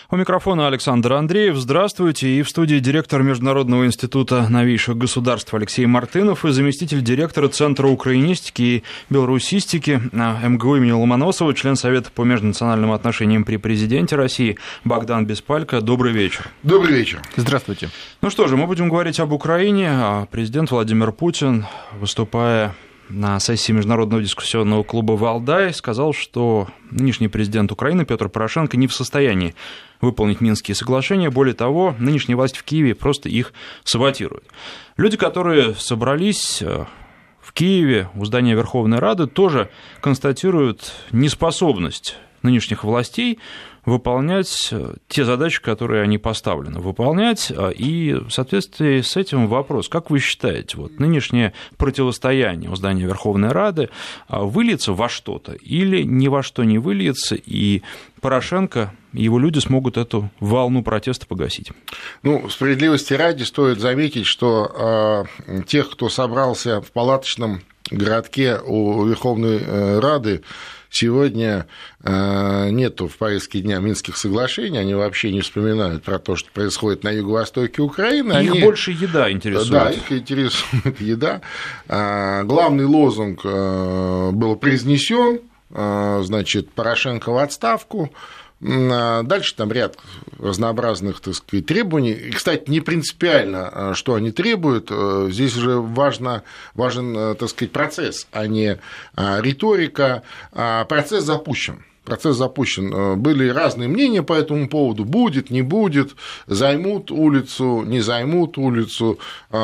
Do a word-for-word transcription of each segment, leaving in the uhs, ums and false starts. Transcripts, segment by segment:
У микрофона Александр Андреев. Здравствуйте. И в студии директор Международного института новейших государств Алексей Мартынов и заместитель директора Центра украинистики и белорусистики эм гэ у имени Ломоносова, член Совета по межнациональным отношениям при президенте России Богдан Беспалько. Добрый вечер. Добрый вечер. Здравствуйте. Ну что же, мы будем говорить об Украине. Президент Владимир Путин, выступая на сессии Международного дискуссионного клуба «Валдай», сказал, что нынешний президент Украины Петр Порошенко не в состоянии выполнить Минские соглашения. Более того, нынешняя власть в Киеве просто их саботирует. Люди, которые собрались в Киеве у здания Верховной Рады, тоже констатируют неспособность нынешних властей выполнять те задачи, которые они поставлены выполнять, и в соответствии с этим вопрос, как вы считаете, вот нынешнее противостояние у здания Верховной Рады выльется во что-то или ни во что не выльется, и Порошенко и его люди смогут эту волну протеста погасить? Ну, справедливости ради стоит заметить, что э, тех, кто собрался в палаточном городке у Верховной Рады, сегодня нету в повестке дня Минских соглашений, они вообще не вспоминают про то, что происходит на юго-востоке Украины. Их они... больше еда интересует. Да, их интересует еда. Главный лозунг был произнесен, значит, Порошенко в отставку. Дальше там ряд разнообразных, так сказать, требований. И, кстати, не принципиально, что они требуют. Здесь уже важно, важен, так сказать, процесс, а не риторика. Процесс запущен. Процесс запущен. Были разные мнения по этому поводу. Будет, не будет, займут улицу, не займут улицу,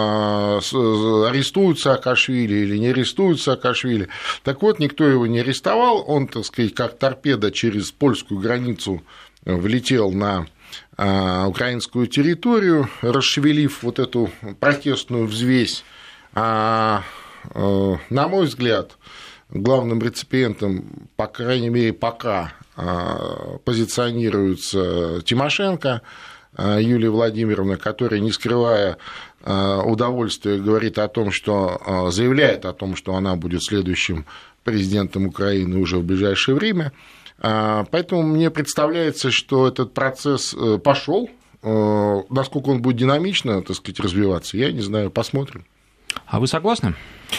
арестуют Саакашвили или не арестуют Саакашвили. Так вот, никто его не арестовал. Он, так сказать, как торпеда через польскую границу влетел на украинскую территорию, расшевелив вот эту протестную взвесь. На мой взгляд, главным реципиентом, по крайней мере, пока позиционируется Тимошенко Юлия Владимировна, которая, не скрывая удовольствия, говорит о том, что заявляет о том, что она будет следующим президентом Украины уже в ближайшее время. Поэтому мне представляется, что этот процесс пошел. Насколько он будет динамично, так сказать, развиваться, я не знаю, посмотрим. А вы согласны?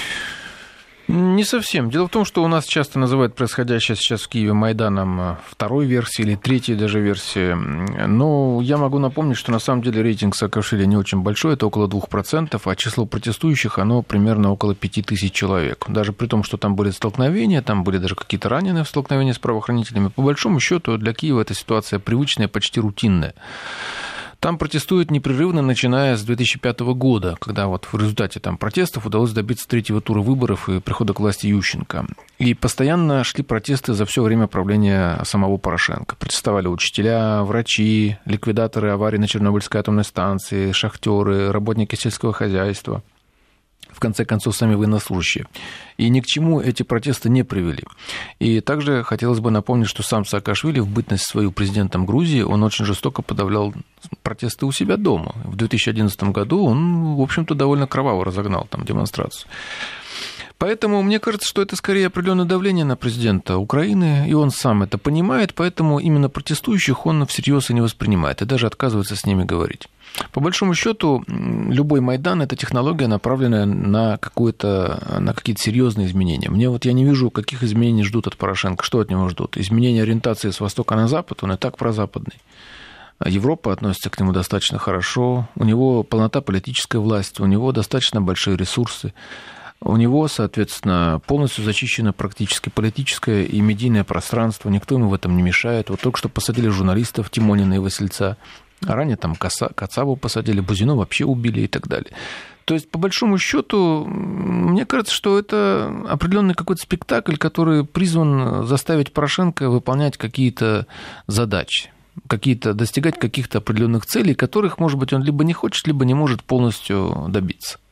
Не совсем. Дело в том, что у нас часто называют происходящее сейчас в Киеве Майданом второй версии или третьей даже версии. Но я могу напомнить, что на самом деле рейтинг Саакашвили не очень большой, это около двух процентов, а число протестующих, оно примерно около пяти тысяч человек. Даже при том, что там были столкновения, там были даже какие-то раненые в столкновении с правоохранителями. По большому счету для Киева эта ситуация привычная, почти рутинная. Там протестуют непрерывно, начиная с две тысячи пятого года, когда вот в результате там протестов удалось добиться третьего тура выборов и прихода к власти Ющенко. И постоянно шли протесты за все время правления самого Порошенко. Протестовали учителя, врачи, ликвидаторы аварий на Чернобыльской атомной станции, шахтеры, работники сельского хозяйства. В конце концов, сами военнослужащие. И ни к чему эти протесты не привели. И также хотелось бы напомнить, что сам Саакашвили в бытность свою президентом Грузии, он очень жестоко подавлял протесты у себя дома. В две тысячи одиннадцатом году он, в общем-то, довольно кроваво разогнал там демонстрацию. Поэтому мне кажется, что это скорее определенное давление на президента Украины, и он сам это понимает, поэтому именно протестующих он всерьез и не воспринимает, и даже отказывается с ними говорить. По большому счету, любой Майдан – это технология, направленная на, какое-то, на какие-то серьезные изменения. Мне вот я не вижу, каких изменений ждут от Порошенко. Что от него ждут? Изменение ориентации с востока на запад, он и так прозападный. Европа относится к нему достаточно хорошо, у него полнота политической власти, у него достаточно большие ресурсы. У него, соответственно, полностью зачищено практически политическое и медийное пространство, никто ему в этом не мешает. Вот только что посадили журналистов Тимонина и Васильца, а ранее там Кацабу посадили, Бузину вообще убили и так далее. То есть, по большому счету, мне кажется, что это определенный какой-то спектакль, который призван заставить Порошенко выполнять какие-то задачи, какие-то, достигать каких-то определенных целей, которых, может быть, он либо не хочет, либо не может полностью добиться.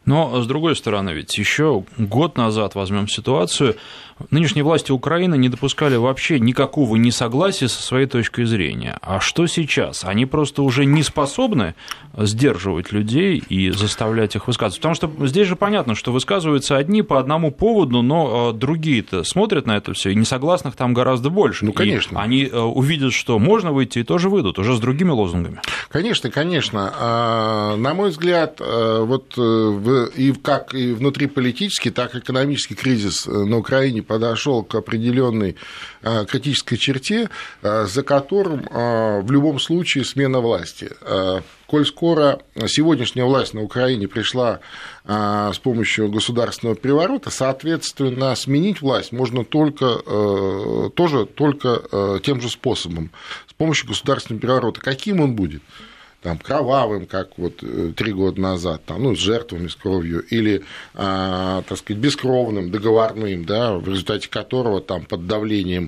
Но, с другой стороны, ведь еще год назад возьмем ситуацию, нынешние власти Украины не допускали вообще никакого несогласия со своей точкой зрения. А что сейчас? Они просто уже не способны сдерживать людей и заставлять их высказываться. Потому что здесь же понятно, что высказываются одни по одному поводу, но другие-то смотрят на это все, и несогласных там гораздо больше. Ну, конечно. И они увидят, что можно выйти, и тоже выйдут, уже с другими лозунгами. Конечно, конечно. На мой взгляд, вот и как и внутриполитический, так и экономический кризис на Украине подошел к определенной критической черте, за которым в любом случае смена власти. Коль скоро сегодняшняя власть на Украине пришла с помощью государственного переворота, соответственно, сменить власть можно только, тоже только тем же способом, с помощью государственного переворота. Каким он будет? Там, кровавым, как вот три года назад, там, ну, с жертвами, с кровью, или, а, так сказать, бескровным, договорным, да, в результате которого там, под давлением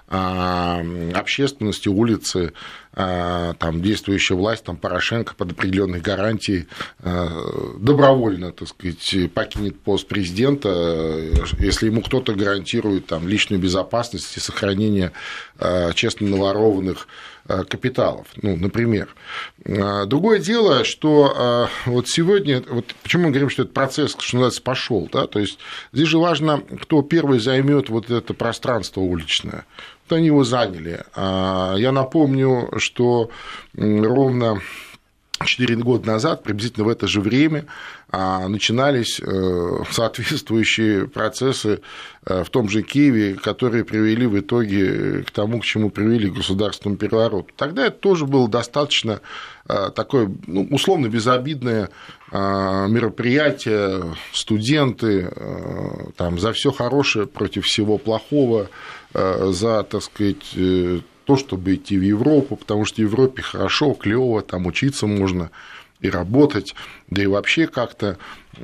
а, общественности, улицы, а, там, действующая власть, там, Порошенко под определенной гарантией а, добровольно, так сказать, покинет пост президента, если ему кто-то гарантирует там, личную безопасность и сохранение а, честно наворованных капиталов, ну, например. Другое дело, что вот сегодня, вот почему мы говорим, что этот процесс, что называется, пошел, да, то есть здесь же важно, кто первый займет вот это пространство уличное. Вот они его заняли. Я напомню, что ровно четыре года назад, приблизительно в это же время, начинались соответствующие процессы в том же Киеве, которые привели в итоге к тому, к чему привели к государственному перевороту. Тогда это тоже было достаточно такое, ну, условно безобидное мероприятие, студенты там, за все хорошее против всего плохого, за, так сказать, то, чтобы идти в Европу, потому что в Европе хорошо, клево, там учиться можно и работать, да и вообще как-то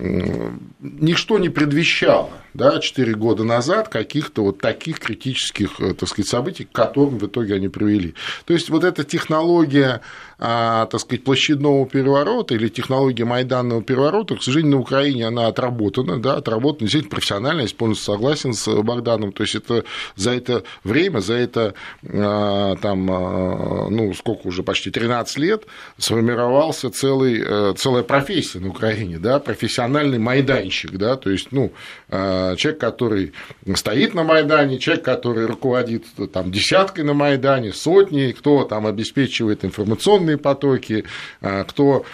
ничто не предвещало, да, четыре года назад каких-то вот таких критических, так сказать, событий, к которым в итоге они привели. То есть вот эта технология, так сказать, площадного переворота или технология майданного переворота, к сожалению, на Украине она отработана, да, отработана действительно профессионально, я полностью согласен с Богданом, то есть это за это время, за это там, ну, сколько уже, почти тринадцать лет сформировался целый, целая профессия на Украине, да, профессиональный майданщик, да, то есть, ну, человек, который стоит на Майдане, человек, который руководит там, десяткой на Майдане, сотней, кто там обеспечивает информационные потоки, кто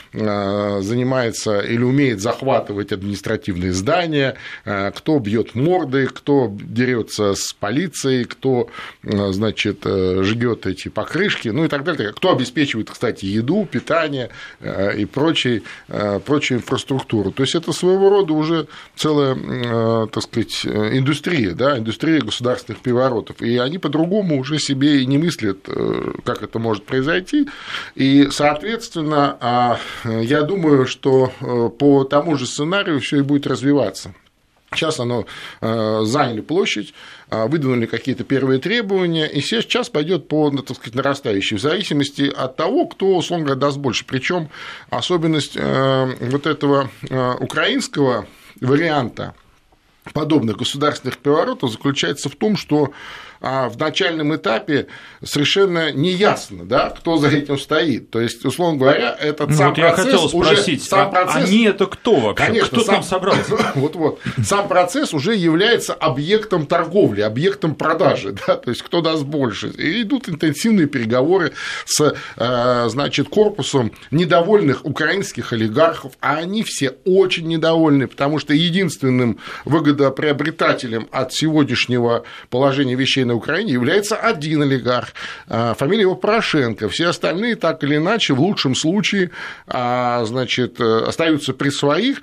занимается или умеет захватывать административные здания, кто бьет морды, кто дерется с полицией, кто, значит, жгет эти покрышки, ну и так далее, кто обеспечивает, кстати, еду, питание и прочие, прочую инфраструктуру. То есть это своего рода уже целая, так сказать, индустрия, да, индустрия государственных переворотов, и они по-другому уже себе и не мыслят, как это может произойти, и, соответственно, я думаю, что по тому же сценарию все и будет развиваться. Сейчас оно заняли площадь, выдвинули какие-то первые требования, и сейчас пойдет по, так сказать, нарастающей, в зависимости от того, кто, условно говоря, даст больше. Причем особенность вот этого украинского варианта подобных государственных переворотов заключается в том, что в начальном этапе совершенно неясно, да, кто за этим стоит. То есть, условно говоря, этот ну, сам вот процесс... Я хотел спросить, уже, сам процесс... они это кто вообще? Конечно, кто сам... там собрался? Вот-вот. Сам процесс уже является объектом торговли, объектом продажи, да, то есть, кто даст больше. И идут интенсивные переговоры с, значит, корпусом недовольных украинских олигархов, а они все очень недовольны, потому что единственным выгодоприобретателем от сегодняшнего положения вещей на Украине является один олигарх, фамилия его Порошенко, все остальные так или иначе в лучшем случае, значит, остаются при своих,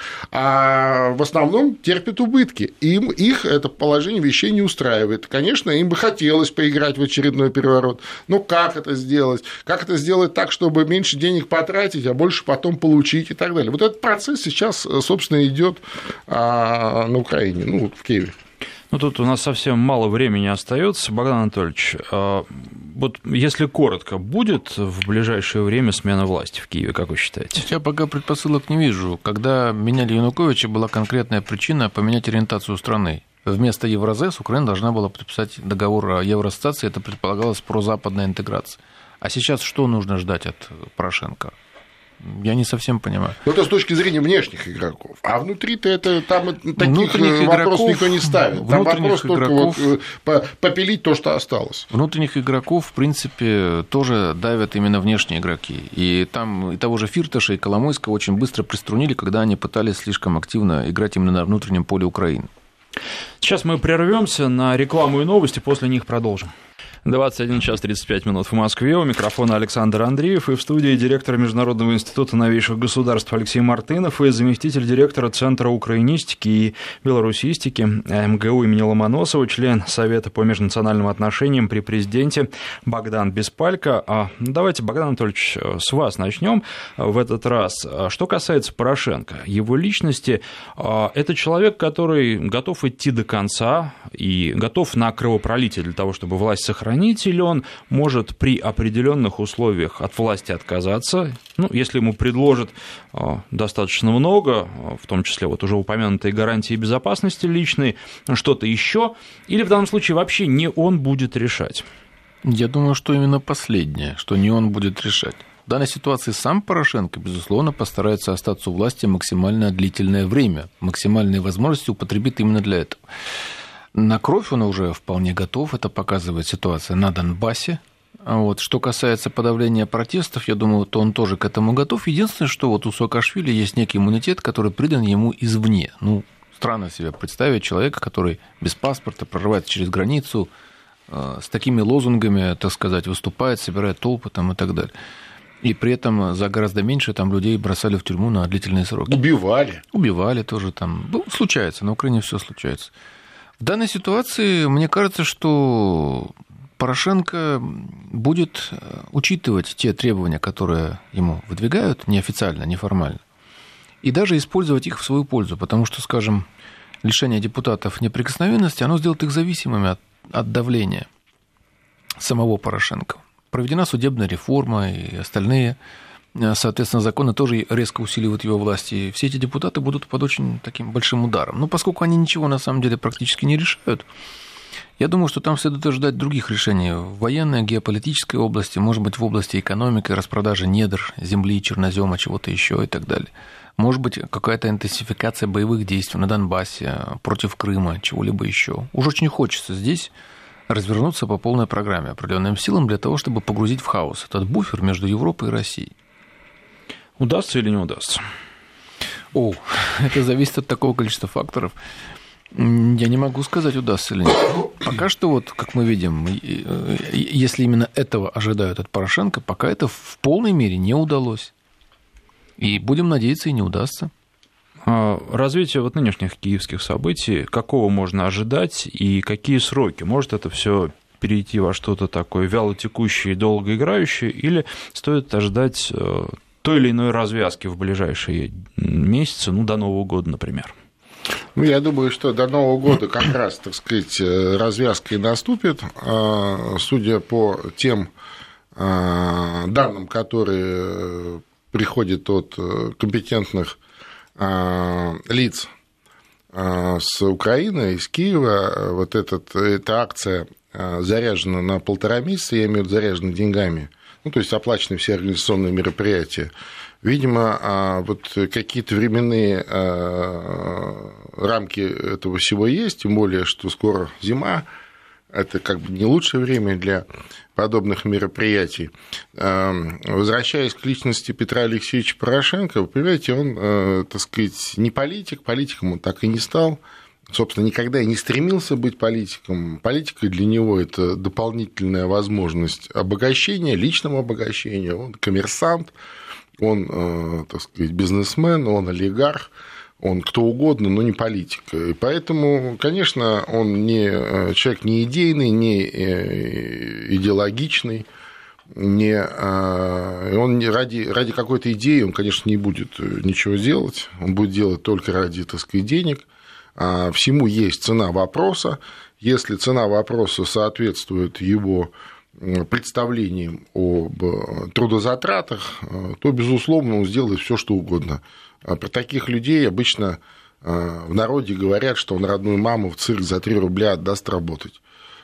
а в основном терпят убытки, им их это положение вещей не устраивает. Конечно, им бы хотелось поиграть в очередной переворот, но как это сделать? Как это сделать так, чтобы меньше денег потратить, а больше потом получить и так далее? Вот этот процесс сейчас, собственно, идет на Украине, ну, в Киеве. Ну, тут у нас совсем мало времени остается. Богдан Анатольевич, вот если коротко, будет в ближайшее время смена власти в Киеве, как вы считаете? Я пока предпосылок не вижу. Когда меняли Януковича, была конкретная причина поменять ориентацию страны. Вместо Евразес Украина должна была подписать договор о евроассоциации, это предполагалось прозападная интеграция. А сейчас что нужно ждать от Порошенко? Я не совсем понимаю. Ну, это с точки зрения внешних игроков. А внутри-то это там таких вопросов никто не ставит. Там вопрос игроков... только вот попилить то, что осталось. Внутренних игроков, в принципе, тоже давят именно внешние игроки. И там и того же Фирташа, и Коломойского очень быстро приструнили, когда они пытались слишком активно играть именно на внутреннем поле Украины. Сейчас мы прервемся на рекламу и новости, после них продолжим. двадцать один час тридцать пять минут в Москве. У микрофона Александр Андреев. И в студии директор Международного института новейших государств Алексей Мартынов и заместитель директора Центра украинистики и белорусистики МГУ имени Ломоносова, член Совета по межнациональным отношениям при президенте Богдан Беспалько. А давайте, Богдан Анатольевич, с вас начнем в этот раз. Что касается Порошенко, его личности, это человек, который готов идти до конца и готов на кровопролитие для того, чтобы власть сохранить, или он может при определенных условиях от власти отказаться, ну, если ему предложат достаточно много, в том числе вот уже упомянутые гарантии безопасности личной, что-то еще, или в данном случае вообще не он будет решать? Я думаю, что именно последнее, что не он будет решать. В данной ситуации сам Порошенко, безусловно, постарается остаться у власти максимально длительное время, максимальные возможности употребит именно для этого. На кровь он уже вполне готов, это показывает ситуация на Донбассе. Вот. Что касается подавления протестов, я думаю, то он тоже к этому готов. Единственное, что вот у Саакашвили есть некий иммунитет, который придан ему извне. Ну, странно себе представить человека, который без паспорта прорывается через границу, э, с такими лозунгами, так сказать, выступает, собирает толпы там, и так далее. И при этом за гораздо меньше там людей бросали в тюрьму на длительные сроки. Убивали. Убивали тоже там. Ну, случается, на Украине все случается. В данной ситуации, мне кажется, что Порошенко будет учитывать те требования, которые ему выдвигают, неофициально, неформально, и даже использовать их в свою пользу, потому что, скажем, лишение депутатов неприкосновенности, оно сделает их зависимыми от, от давления самого Порошенко. Проведена судебная реформа и остальные, соответственно, законы тоже резко усиливают его власть, и все эти депутаты будут под очень таким большим ударом. Но поскольку они ничего на самом деле практически не решают, я думаю, что там следует ожидать других решений в военной, геополитической области, может быть, в области экономики, распродажи недр, земли, чернозема, чего-то еще и так далее. Может быть, какая-то интенсификация боевых действий на Донбассе, против Крыма, чего-либо еще. Уж очень хочется здесь развернуться по полной программе определенным силам для того, чтобы погрузить в хаос этот буфер между Европой и Россией. Удастся или не удастся? О, это зависит от такого количества факторов. Я не могу сказать, удастся или нет. Пока что, вот, как мы видим, если именно этого ожидают от Порошенко, пока это в полной мере не удалось. И будем надеяться, и не удастся. Развитие вот нынешних киевских событий, какого можно ожидать и какие сроки? Может это все перейти во что-то такое вялотекущее и долгоиграющее, или стоит ожидать той или иной развязки в ближайшие месяцы, ну, до Нового года, например? Ну, я думаю, что до Нового года как раз, так сказать, развязка и наступит. Судя по тем данным, которые приходят от компетентных лиц с Украины, из Киева, вот этот, эта акция заряжена на полтора месяца, я имею в виду заряжена деньгами, ну, то есть оплачены все организационные мероприятия. Видимо, вот какие-то временные рамки этого всего есть, тем более, что скоро зима, это как бы не лучшее время для подобных мероприятий. Возвращаясь к личности Петра Алексеевича Порошенко, вы понимаете, он, так сказать, не политик, политиком он так и не стал, собственно, никогда и не стремился быть политиком. Политика для него – это дополнительная возможность обогащения, личного обогащения. Он коммерсант, он, так сказать, бизнесмен, он олигарх, он кто угодно, но не политик. И поэтому, конечно, он не человек не идейный, не идеологичный, не, он ради, ради какой-то идеи, он, конечно, не будет ничего делать, он будет делать только ради, так сказать, денег. Всему есть цена вопроса. Если цена вопроса соответствует его представлениям об трудозатратах, то, безусловно, он сделает все, что угодно. Про таких людей обычно в народе говорят, что он родную маму в цирк за три рубля отдаст работать.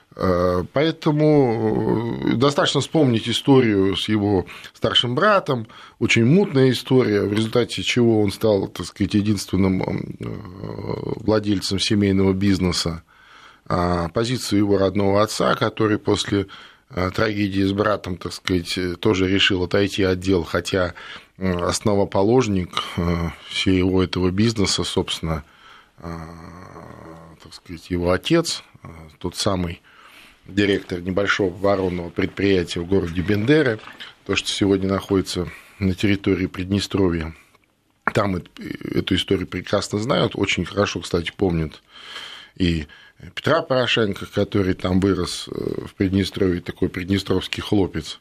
Поэтому достаточно вспомнить историю с его старшим братом, очень мутная история, в результате чего он стал, так сказать, единственным владельцем семейного бизнеса. Позицию его родного отца, который после трагедии с братом, так сказать, тоже решил отойти от дел, хотя основоположник всего этого бизнеса, собственно, так сказать, его отец, тот самый директор небольшого оборонного предприятия в городе Бендеры, то, что сегодня находится на территории Приднестровья. Там эту историю прекрасно знают, очень хорошо, кстати, помнят и Петра Порошенко, который там вырос в Приднестровье, такой приднестровский хлопец.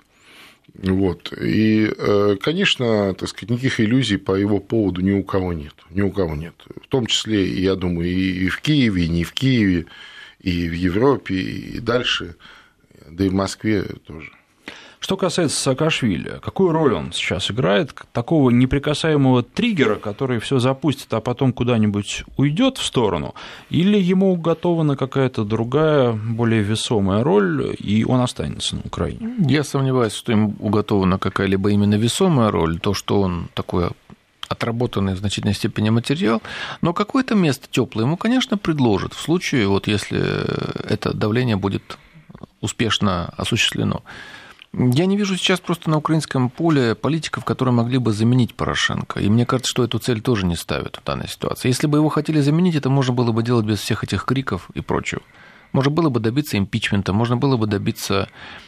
Вот. И, конечно, так сказать, никаких иллюзий по его поводу ни у кого нет. Ни у кого нет. В том числе, я думаю, и в Киеве, и не в Киеве, и в Европе, и дальше, да и в Москве тоже. Что касается Саакашвили, какую роль он сейчас играет? Такого неприкасаемого триггера, который все запустит, а потом куда-нибудь уйдет в сторону? Или ему уготована какая-то другая, более весомая роль, и он останется на Украине? Я сомневаюсь, что ему уготована какая-либо именно весомая роль, то, что он такой отработанный в значительной степени материал, но какое-то место теплое ему, конечно, предложат в случае, вот если это давление будет успешно осуществлено. Я не вижу сейчас просто на украинском поле политиков, которые могли бы заменить Порошенко. И мне кажется, что эту цель тоже не ставят в данной ситуации. Если бы его хотели заменить, это можно было бы делать без всех этих криков и прочего. Можно было бы добиться импичмента, можно было бы добиться...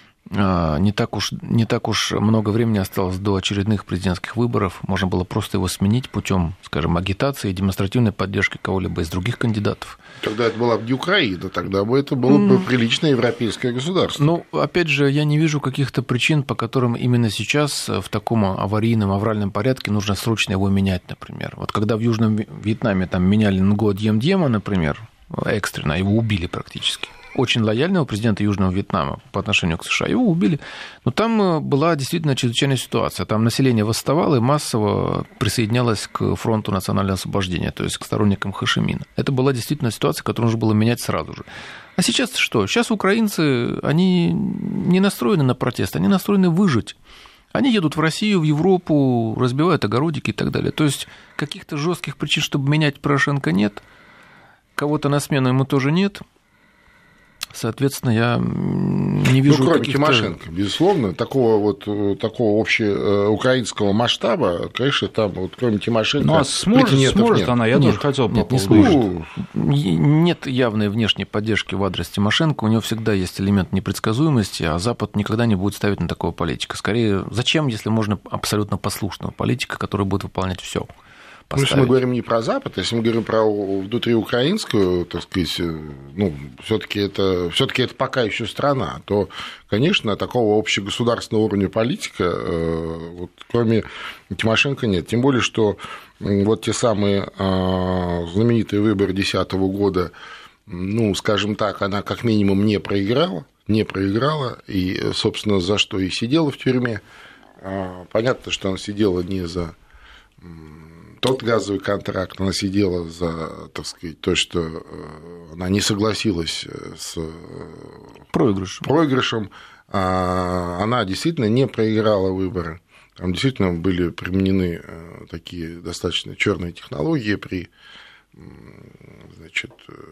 Не так, уж, не так уж много времени осталось до очередных президентских выборов. Можно было просто его сменить путем, скажем, агитации и демонстративной поддержки кого-либо из других кандидатов. Тогда это была бы не Украина, тогда бы это было бы приличное европейское государство. Ну, опять же, я не вижу каких-то причин, по которым именно сейчас в таком аварийном, авральном порядке нужно срочно его менять, например. Вот когда в Южном Вьетнаме там меняли Ngo Diem Diem, например, экстренно, его убили практически. Очень лояльного президента Южного Вьетнама по отношению к США. Его убили. Но там была действительно чрезвычайная ситуация. Там население восставало и массово присоединялось к фронту национального освобождения, то есть к сторонникам Хошимина. Это была действительно ситуация, которую нужно было менять сразу же. А сейчас что? Сейчас украинцы, они не настроены на протест, они настроены выжить. Они едут в Россию, в Европу, разбивают огородики и так далее. То есть каких-то жестких причин, чтобы менять Порошенко, нет. Кого-то на смену ему тоже нет. Соответственно, я не вижу... Ну, кроме каких-то... Тимошенко, безусловно, такого вот такого общеукраинского масштаба, конечно, там, вот, кроме Тимошенко... Ну, а сможет, сможет нет. она? Я нет, тоже хотел нет, по не поводу... Нет явной внешней поддержки в адрес Тимошенко, у него всегда есть элемент непредсказуемости, а Запад никогда не будет ставить на такого политика. Скорее, зачем, если можно абсолютно послушного политика, который будет выполнять все? Ну, если мы говорим не про Запад, если мы говорим про внутриукраинскую, так сказать, ну, все-таки это, все-таки это пока еще страна, то, конечно, такого общегосударственного уровня политика, вот, кроме Тимошенко, нет. Тем более, что вот те самые знаменитые выборы две тысячи десятого года, ну, скажем так, она как минимум не проиграла, не проиграла, и, собственно, за что и сидела в тюрьме. Понятно, что она сидела не за тот газовый контракт, она сидела за, так сказать, то, что она не согласилась с проигрышем. проигрышем. Она действительно не проиграла выборы. Там действительно были применены такие достаточно черные технологии при, значит,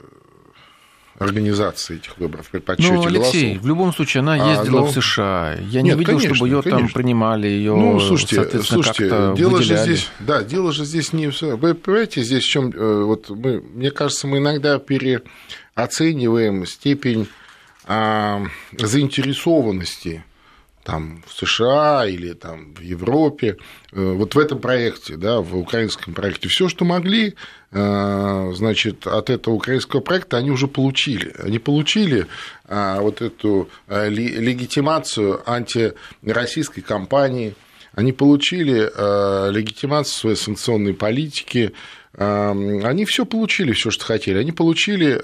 организации этих выборов, при подсчёте голосов. Ну, Алексей, в любом случае, она ездила а, ну... в США. Я не Нет, видел, конечно, чтобы ее там принимали, ее, ну, слушайте, соответственно, слушайте, как-то дело выделяли. Же здесь, да, дело же здесь не все. Вы понимаете, здесь в чем, вот мы, мне кажется, мы иногда переоцениваем степень а, заинтересованности там, в США или там, в Европе, вот в этом проекте, да, в украинском проекте, все, что могли, значит, от этого украинского проекта они уже получили. Они получили вот эту легитимацию антироссийской кампании, они получили легитимацию своей санкционной политики, они все получили, все, что хотели. Они получили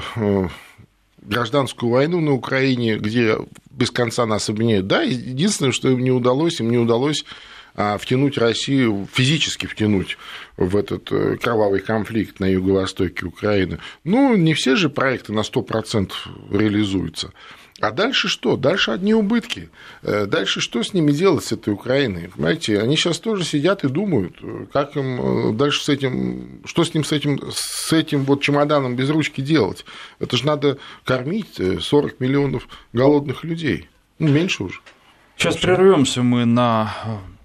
гражданскую войну на Украине, где без конца нас обвиняют. Да, единственное, что им не удалось, им не удалось втянуть Россию, физически втянуть в этот кровавый конфликт на юго-востоке Украины. Ну, не все же проекты на сто процентов реализуются. А дальше что? Дальше одни убытки. Дальше что с ними делать, с этой Украиной? Понимаете, они сейчас тоже сидят и думают, как им дальше с этим, что с ним, с этим, с этим вот чемоданом без ручки делать. Это же надо кормить сорок миллионов голодных людей. Ну, меньше уже. Сейчас прервемся мы на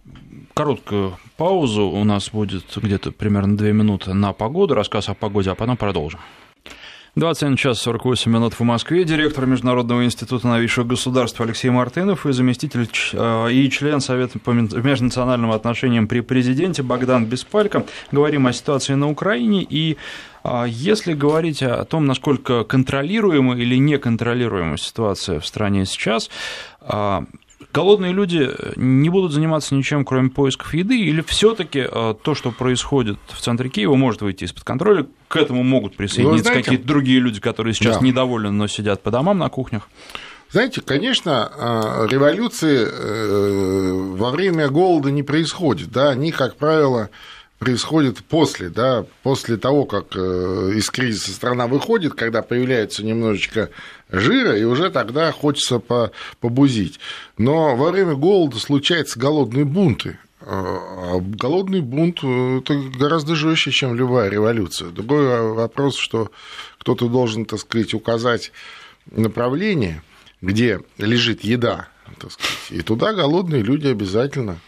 короткую паузу. У нас будет где-то примерно две минуты на погоду, рассказ о погоде, а потом продолжим. двадцать один час сорок восемь минут в Москве. Директор Международного института новейшего государства Алексей Мартынов и заместитель и член Совета по межнациональным отношениям при президенте Богдан Беспалько. Говорим о ситуации на Украине. И если говорить о том, насколько контролируема или неконтролируема ситуация в стране сейчас, голодные люди не будут заниматься ничем, кроме поисков еды, или все-таки то, что происходит в центре Киева, может выйти из-под контроля? К этому могут присоединиться знаете, какие-то другие люди, которые сейчас да. недовольны, но сидят по домам на кухнях? Знаете, конечно, революции во время голода не происходят. Да? Они, как правило, происходит после, да, после того, как из кризиса страна выходит, когда появляется немножечко жира, и уже тогда хочется побузить. Но во время голода случаются голодные бунты. А голодный бунт – это гораздо жестче, чем любая революция. Другой вопрос, что кто-то должен, так сказать, указать направление, где лежит еда, так сказать, и туда голодные люди обязательно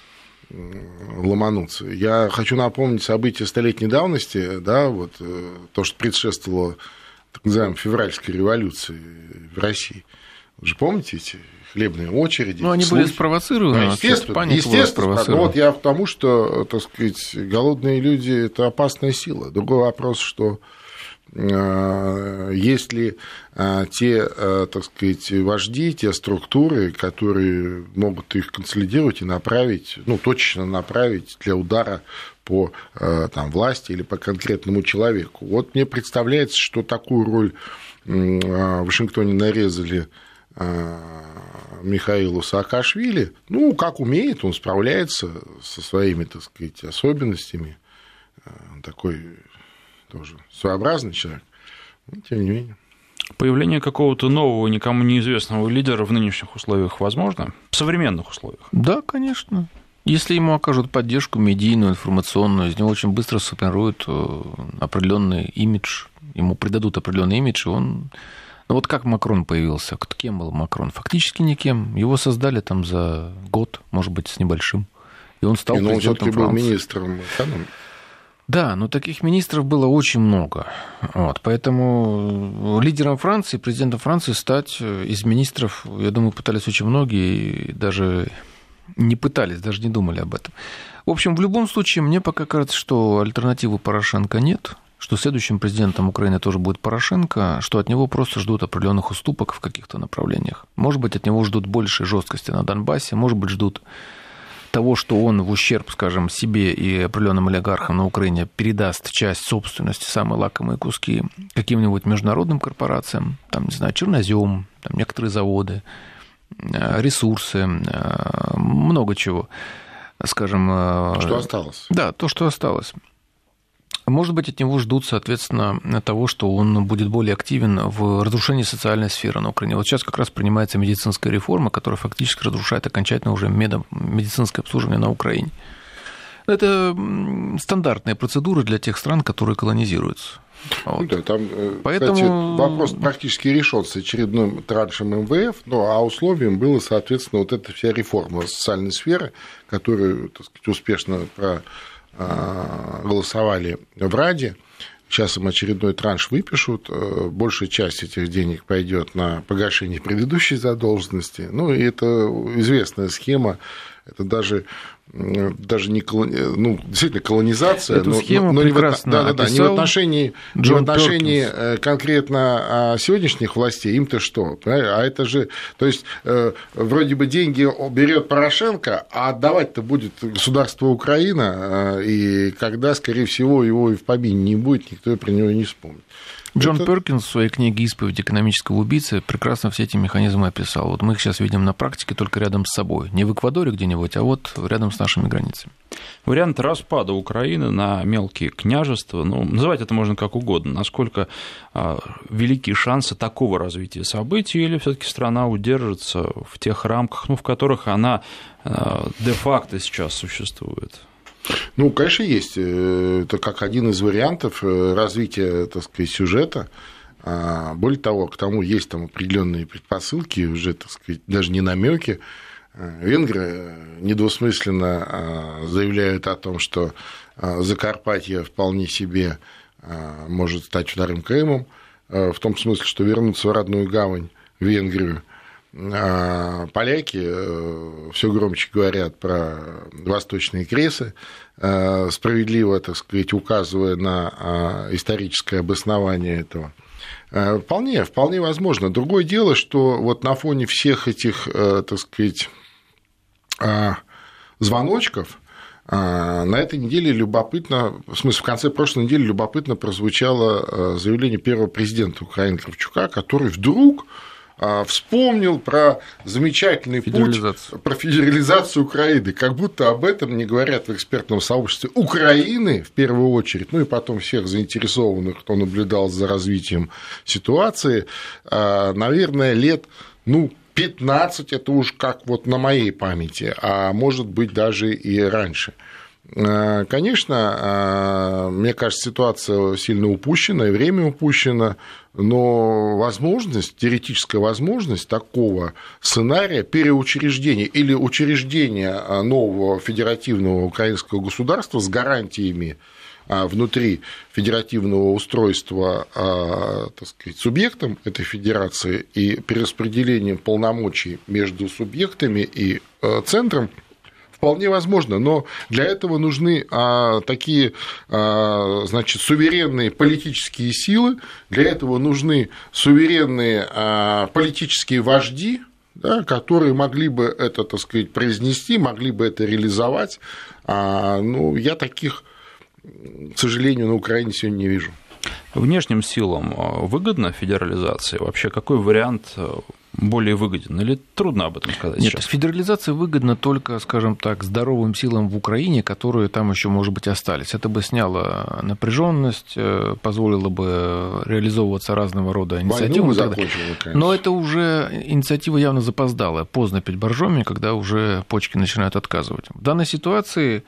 ломануться. Я хочу напомнить события столетней давности, да, вот то, что предшествовало так называемой февральской революции в России. Вы же помните эти хлебные очереди? Ну, они случаи? были спровоцированы. Ну, естественно, естественно. Но вот я к тому, что, так сказать, голодные люди – это опасная сила. Другой вопрос, что если те, так сказать, вожди, те структуры, которые могут их консолидировать и направить, ну, точечно направить для удара по там, власти или по конкретному человеку. Вот мне представляется, что такую роль в Вашингтоне нарезали Михаилу Саакашвили. Ну, как умеет, он справляется со своими, так сказать, особенностями. Такой тоже своеобразный человек, но тем не менее. Появление какого-то нового, никому неизвестного лидера в нынешних условиях возможно? В современных условиях? Да, конечно. Если ему окажут поддержку медийную, информационную, из него очень быстро сформируют определенный имидж, ему придадут определенный имидж, и он... Ну вот как Макрон появился? Кем был Макрон? Фактически никем. Его создали там за год, может быть, с небольшим. И он стал и, президентом Франции. Он все-таки был министром экономики. Да, но таких министров было очень много. Вот, поэтому лидером Франции, президентом Франции стать из министров, я думаю, пытались очень многие, и даже не пытались, даже не думали об этом. В общем, в любом случае, мне пока кажется, что альтернативы Порошенко нет, что следующим президентом Украины тоже будет Порошенко, что от него просто ждут определенных уступок в каких-то направлениях. Может быть, от него ждут большей жесткости на Донбассе, может быть, ждут того, что он в ущерб, скажем, себе и определенным олигархам на Украине передаст часть собственности, самые лакомые куски, каким-нибудь международным корпорациям, там, не знаю, чернозем, там, некоторые заводы, ресурсы, много чего, скажем. Что осталось? Да, то, что осталось. Может быть, от него ждут, соответственно, того, что он будет более активен в разрушении социальной сферы на Украине. Вот сейчас как раз принимается медицинская реформа, которая фактически разрушает окончательно уже медицинское обслуживание на Украине. Это стандартная процедура для тех стран, которые колонизируются. Вот. Ну, да, там, Поэтому... кстати, вопрос практически решен с очередным траншем эм вэ эф, ну, а условием было, соответственно, вот эта вся реформа социальной сферы, которую, так сказать, успешно про голосовали в Раде. Сейчас им очередной транш выпишут. Большая часть этих денег пойдет на погашение предыдущей задолженности. Ну, и это известная схема Это даже, даже не колони... ну, действительно колонизация, Эту но, схему но не, в... прекрасно да, да, да, не в отношении, не в отношении конкретно сегодняшних властей, им-то что? А это же, то есть, вроде бы деньги берет Порошенко, а отдавать-то будет государство Украина, и когда, скорее всего, его и в помине не будет, никто про него не вспомнит. Джон это... Перкинс в своей книге «Исповедь экономического убийцы» прекрасно все эти механизмы описал. Вот мы их сейчас видим на практике только рядом с собой. Не в Эквадоре где-нибудь, а вот рядом с нашими границами. Вариант распада Украины на мелкие княжества, ну, называть это можно как угодно. Насколько а, велики шансы такого развития событий, или все-таки страна удержится в тех рамках, ну, в которых она а, де-факто сейчас существует? Ну, конечно, есть. Это как один из вариантов развития, так сказать, сюжета. Более того, к тому есть там определенные предпосылки, уже, так сказать, даже не намеки. Венгры недвусмысленно заявляют о том, что Закарпатье вполне себе может стать вторым Крымом, в том смысле, что вернуться в родную гавань, в Венгрию. Поляки все громче говорят про восточные кресы, справедливо, так сказать, указывая на историческое обоснование этого. Вполне, вполне возможно. Другое дело, что вот на фоне всех этих, так сказать, звоночков на этой неделе любопытно, в смысле, в конце прошлой недели любопытно прозвучало заявление первого президента Украины Кравчука, который вдруг вспомнил про замечательный путь, про федерализацию Украины, как будто об этом не говорят в экспертном сообществе Украины в первую очередь, ну и потом всех заинтересованных, кто наблюдал за развитием ситуации, наверное, лет, ну, пятнадцать, это уж как вот на моей памяти, а может быть даже и раньше. Конечно, мне кажется, ситуация сильно упущена, и время упущено, но возможность, теоретическая возможность такого сценария переучреждения или учреждения нового федеративного украинского государства с гарантиями внутри федеративного устройства, так сказать, субъектом этой федерации и перераспределением полномочий между субъектами и центром, вполне возможно, но для этого нужны а, такие, а, значит, суверенные политические силы, для этого нужны суверенные а, политические вожди, да, которые могли бы это, так сказать, произнести, могли бы это реализовать. А, ну, я таких, к сожалению, на Украине сегодня не вижу. Внешним силам выгодна федерализация? Вообще, какой вариант более выгоден? Или трудно об этом сказать Нет, сейчас? Федерализация выгодна только, скажем так, здоровым силам в Украине, которые там еще, может быть, остались. Это бы сняло напряженность, позволило бы реализовываться разного рода инициативам. Но это уже инициатива явно запоздалая, поздно пить боржоми, когда уже почки начинают отказывать. В данной ситуации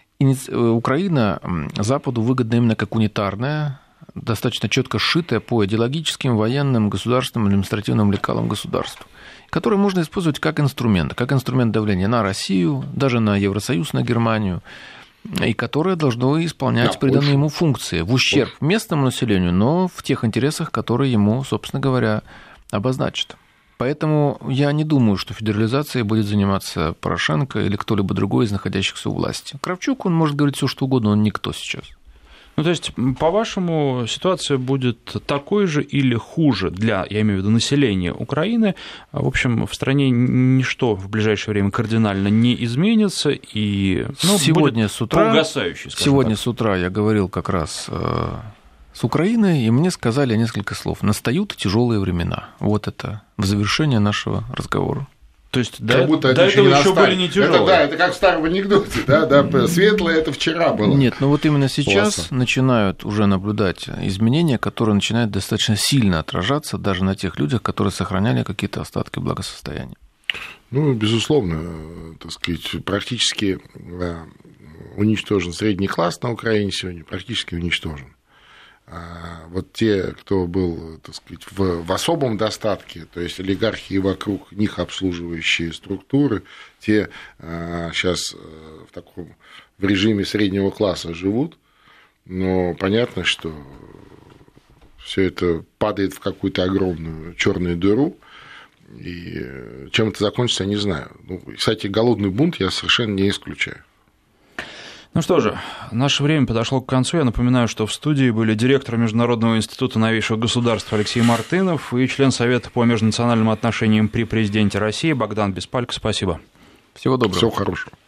Украина Западу выгодна именно как унитарная, достаточно четко сшитая по идеологическим, военным, государственным, административным лекалам государства, которые можно использовать как инструмент, как инструмент давления на Россию, даже на Евросоюз, на Германию, и которое должно исполнять да, приданные очень. ему функции в ущерб очень. местному населению, но в тех интересах, которые ему, собственно говоря, обозначат. Поэтому я не думаю, что федерализацией будет заниматься Порошенко или кто-либо другой из находящихся у власти. Кравчук, он может говорить все, что угодно, он никто сейчас. Ну, то есть, по-вашему, ситуация будет такой же или хуже для, я имею в виду, населения Украины? В общем, в стране ничто в ближайшее время кардинально не изменится, и ну, сегодня будет с утра, поугасающий, Сегодня так. с утра я говорил как раз с Украиной, и мне сказали несколько слов. Настают тяжелые времена. Вот это в завершение нашего разговора. То есть как до, будто до это этого еще, еще были не тяжелые. Это, да, это как в старом анекдоте, да, да, светлое это вчера было. Нет, но вот именно сейчас Классно. начинают уже наблюдать изменения, которые начинают достаточно сильно отражаться даже на тех людях, которые сохраняли какие-то остатки благосостояния. Ну, безусловно, так сказать, практически уничтожен средний класс на Украине сегодня, практически уничтожен. Вот те, кто был, так сказать, в, в особом достатке, то есть олигархи и вокруг них обслуживающие структуры, те сейчас в таком в режиме среднего класса живут, но понятно, что все это падает в какую-то огромную черную дыру, И чем это закончится, я не знаю. Ну, кстати, голодный бунт я совершенно не исключаю. Ну что же, наше время подошло к концу. Я напоминаю, что в студии были директор Международного института новейшего государства Алексей Мартынов и член Совета по межнациональным отношениям при президенте России Богдан Беспалько. Спасибо. Всего доброго. Всего хорошего.